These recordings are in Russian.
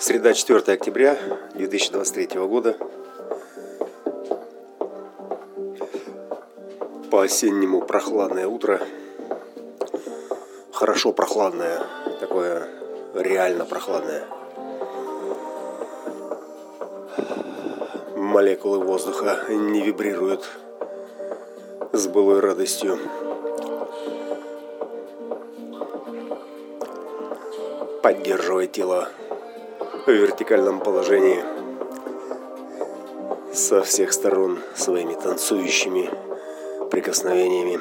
Среда, 4 октября 2023 года. По-осеннему прохладное утро. Хорошо прохладное. Такое реально прохладное. Молекулы воздуха не вибрируют с былой радостью. Поддерживая тело в вертикальном положении со всех сторон своими танцующими прикосновениями.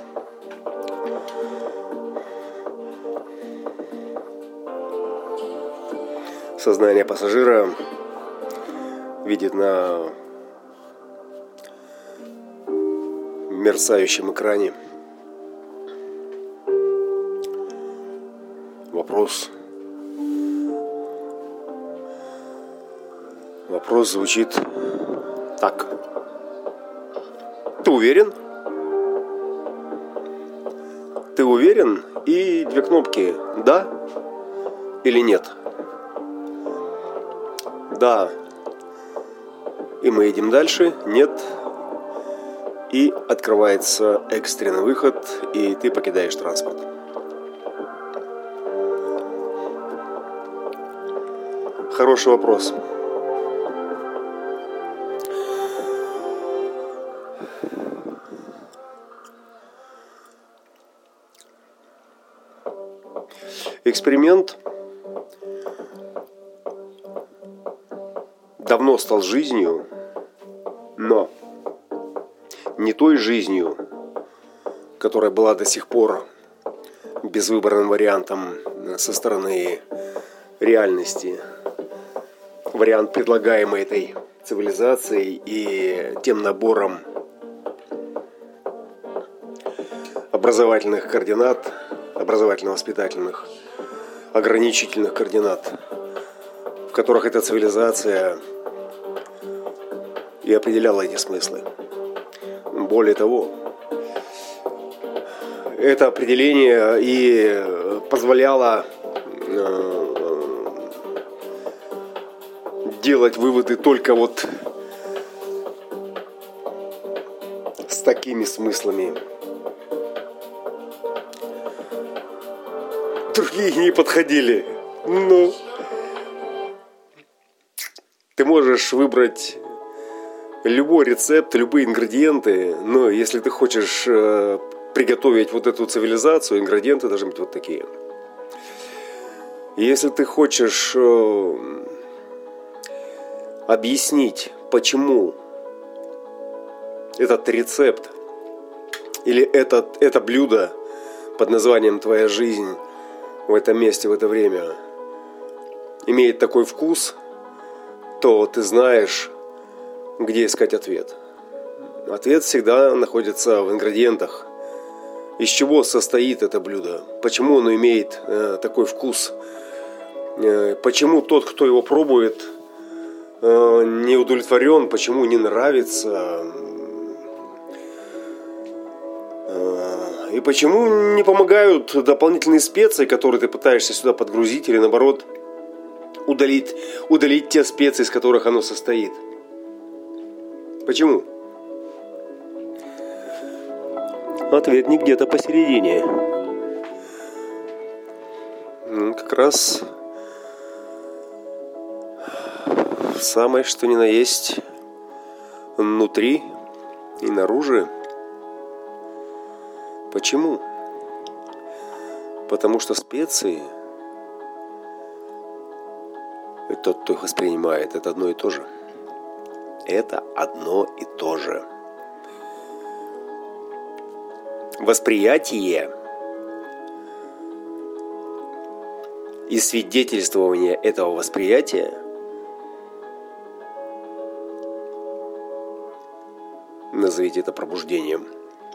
Сознание пассажира видит на мерцающем экране вопрос. Вопрос звучит так. Ты уверен? Ты уверен? И две кнопки. Да или нет? Да. И мы едем дальше. Нет. И открывается экстренный выход, и ты покидаешь транспорт. Хороший вопрос. Эксперимент давно стал жизнью, но не той жизнью, которая была до сих пор безвыборным вариантом со стороны реальности. Вариант, предлагаемый этой цивилизацией и тем набором образовательных координат, образовательно-воспитательных, ограничительных координат, в которых эта цивилизация и определяла эти смыслы. Более того, это определение и позволяло делать выводы только вот с такими смыслами. Другие не подходили. Ну, ты можешь выбрать любой рецепт, любые ингредиенты, но если ты хочешь приготовить вот эту цивилизацию, ингредиенты должны быть вот такие. Если ты хочешь объяснить, почему этот рецепт или это блюдо под названием «Твоя жизнь» в этом месте, в это время имеет такой вкус, то ты знаешь, где искать ответ. Ответ всегда находится в ингредиентах. Из чего состоит это блюдо? Почему оно имеет такой вкус? Почему тот, кто его пробует, не удовлетворен? Почему не нравится? И почему не помогают дополнительные специи, которые ты пытаешься сюда подгрузить, или наоборот удалить те специи, из которых оно состоит? Почему? Ответ не где-то посередине. Как раз самое что ни на есть внутри и наружу. Почему? Потому что специи, и тот, кто их воспринимает, это одно и то же. Это одно и то же. Восприятие и свидетельствование этого восприятия назовите это пробуждением.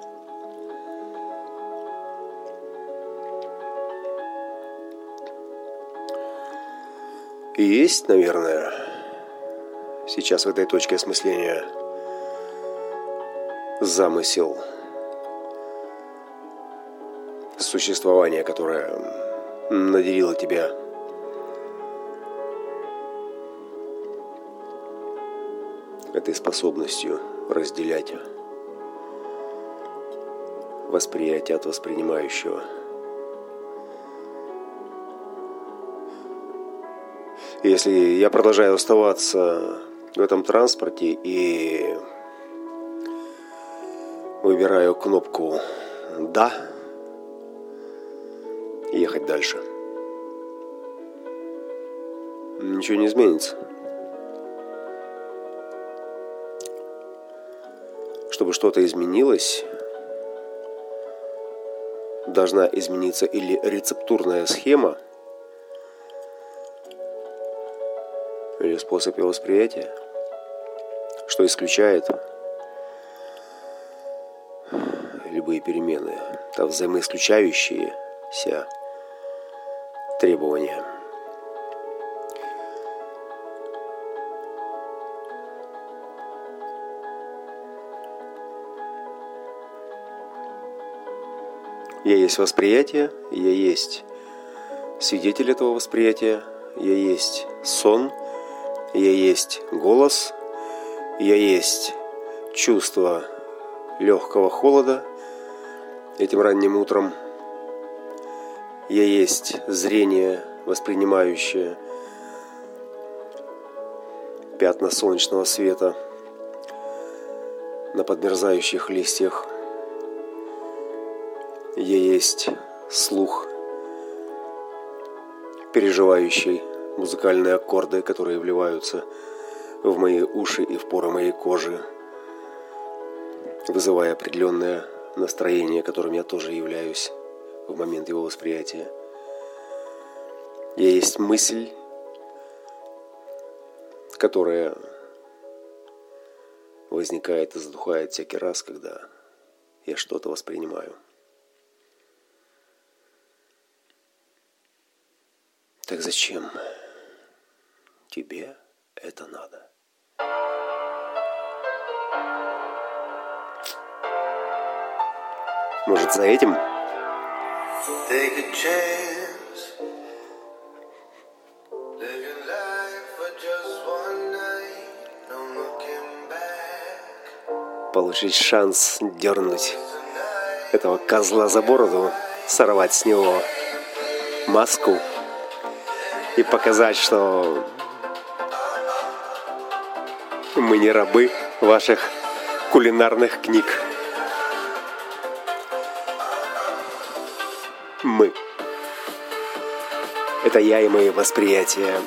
И есть, наверное, сейчас в этой точке осмысления замысел существования, которое наделило тебя этой способностью разделять восприятие от воспринимающего. Если я продолжаю оставаться в этом транспорте и выбираю кнопку «Да», ехать дальше, ничего не изменится. Чтобы что-то изменилось, должна измениться или рецептурная схема, или способ его восприятия, что исключает любые перемены, это взаимоисключающиеся требования. Я есть восприятие, я есть свидетель этого восприятия, я есть сон, я есть голос, я есть чувство легкого холода этим ранним утром, я есть зрение, воспринимающее пятна солнечного света на подмерзающих листьях. Я есть слух, переживающий музыкальные аккорды, которые вливаются в мои уши и в поры моей кожи, вызывая определенное настроение, которым я тоже являюсь в момент его восприятия. Я есть мысль, которая возникает и затухает всякий раз, когда я что-то воспринимаю. Так зачем тебе это надо? Может, за этим? Получить шанс дернуть этого козла за бороду, сорвать с него маску и показать, что мы не рабы ваших кулинарных книг. Мы. Это я и мои восприятия.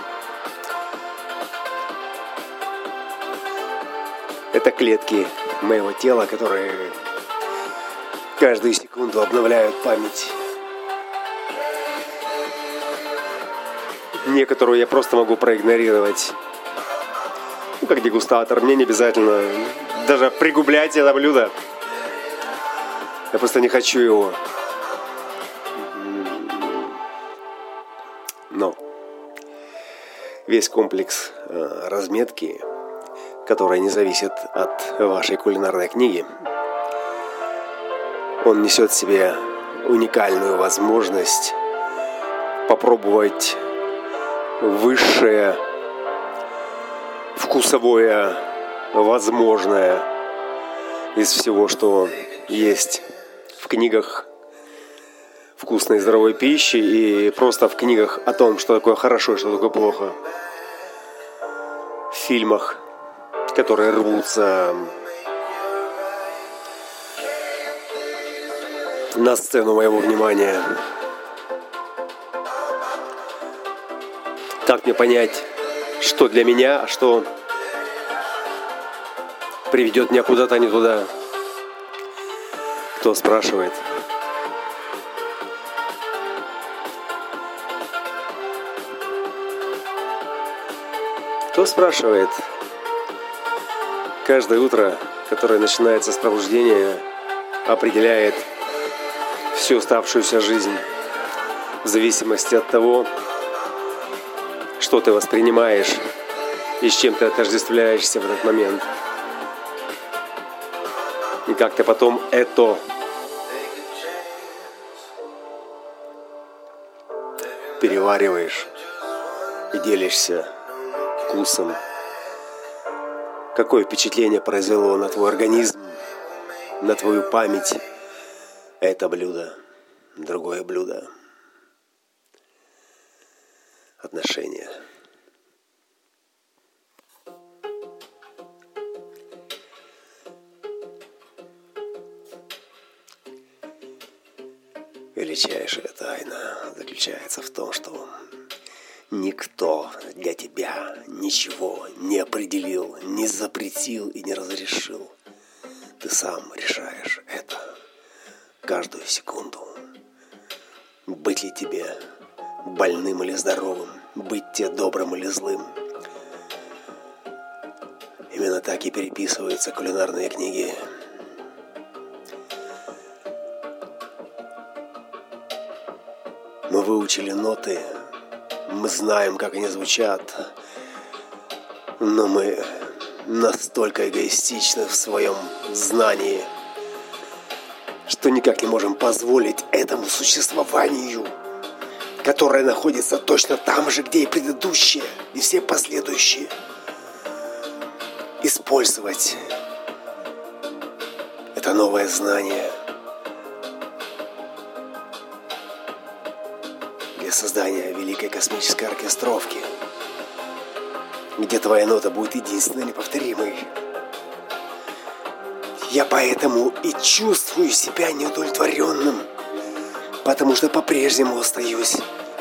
Это клетки моего тела, которые каждую секунду обновляют память. Некоторую я просто могу проигнорировать. Ну, как дегустатор. Мне не обязательно даже пригублять это блюдо. Я просто не хочу его. Но весь комплекс разметки, который не зависит от вашей кулинарной книги, он несет в себе уникальную возможность попробовать высшее вкусовое возможное из всего, что есть в книгах вкусной и здоровой пищи и просто в книгах о том, что такое хорошо и что такое плохо. В фильмах, которые рвутся на сцену моего внимания. Как мне понять, что для меня, а что приведет меня куда-то не туда? Кто спрашивает? Кто спрашивает? Каждое утро, которое начинается с пробуждения, определяет всю оставшуюся жизнь в зависимости от того, что ты воспринимаешь и с чем ты отождествляешься в этот момент. И как ты потом это перевариваешь и делишься вкусом Какое впечатление произвело на твой организм, на твою память это блюдо, другое блюдо. Отношения. Величайшая тайна заключается в том, что никто для тебя ничего не определил, не запретил и не разрешил. Ты сам решаешь это каждую секунду. Быть ли тебе больным или здоровым, быть тебе добрым или злым. Именно так и переписываются кулинарные книги. Мы выучили ноты, мы знаем, как они звучат, но мы настолько эгоистичны в своем знании, что никак не можем позволить этому существованию, которое находится точно там же, где и предыдущее, и все последующие, использовать это новое знание для создания великой космической оркестровки, где твоя нота будет единственной неповторимой. Я поэтому и чувствую себя неудовлетворенным, потому что по-прежнему остаюсь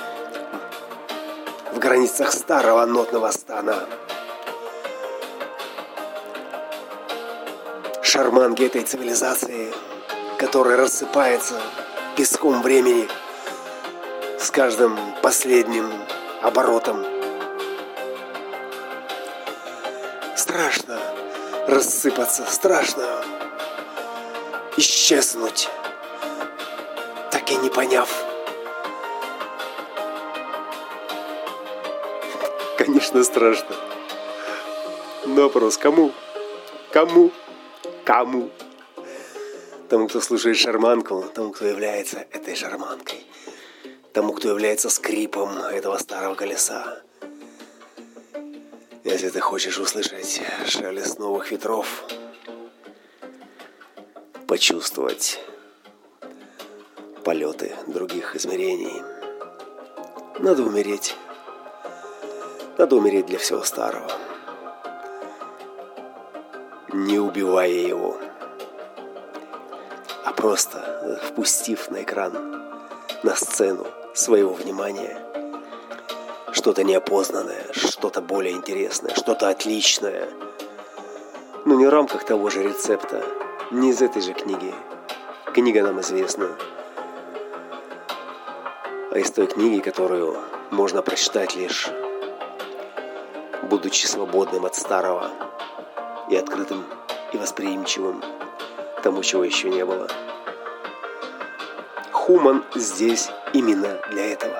в границах старого нотного стана. Шарманки этой цивилизации, которая рассыпается песком времени с каждым последним оборотом. Страшно рассыпаться, страшно исчезнуть, так и не поняв. Конечно, страшно. Но вопрос кому? Кому? Кому? Тому, кто слушает шарманку, тому, кто является этой шарманкой, тому, кто является скрипом этого старого колеса. Если ты хочешь услышать шелест новых ветров, почувствовать полеты других измерений, надо умереть. Надо умереть для всего старого, не убивая его, а просто впустив на экран, на сцену своего внимания что-то неопознанное, что-то более интересное, что-то отличное. Но не в рамках того же рецепта, не из этой же книги. Книга нам известна. А из той книги, которую можно прочитать лишь будучи свободным от старого и открытым и восприимчивым к тому, чего еще не было. Хуман здесь именно для этого.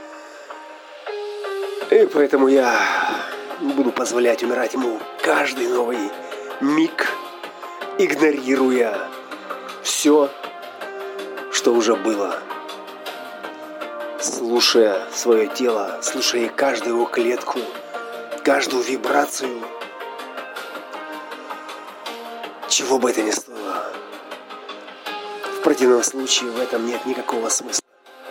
И поэтому я буду позволять умирать ему каждый новый миг, игнорируя все, что уже было. Слушая свое тело, слушая каждую его клетку, каждую вибрацию, чего бы это ни стоило. В противном случае в этом нет никакого смысла.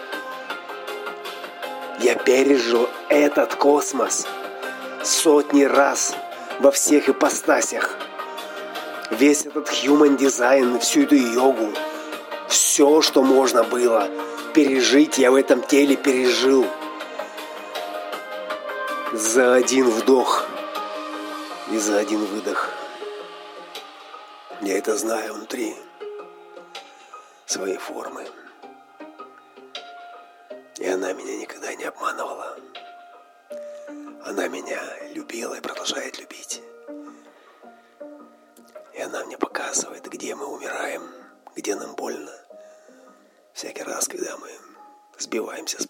Я пережил этот космос сотни раз во всех ипостасях. Весь этот human design, всю эту йогу, все, что можно было пережить, я в этом теле пережил. За один вдох и за один выдох. Я это знаю внутри своей формы. И она меня никогда не обманывала. Она меня любила и продолжает любить. И она мне показывает, где мы умираем, где нам больно. Всякий раз, когда мы сбиваемся с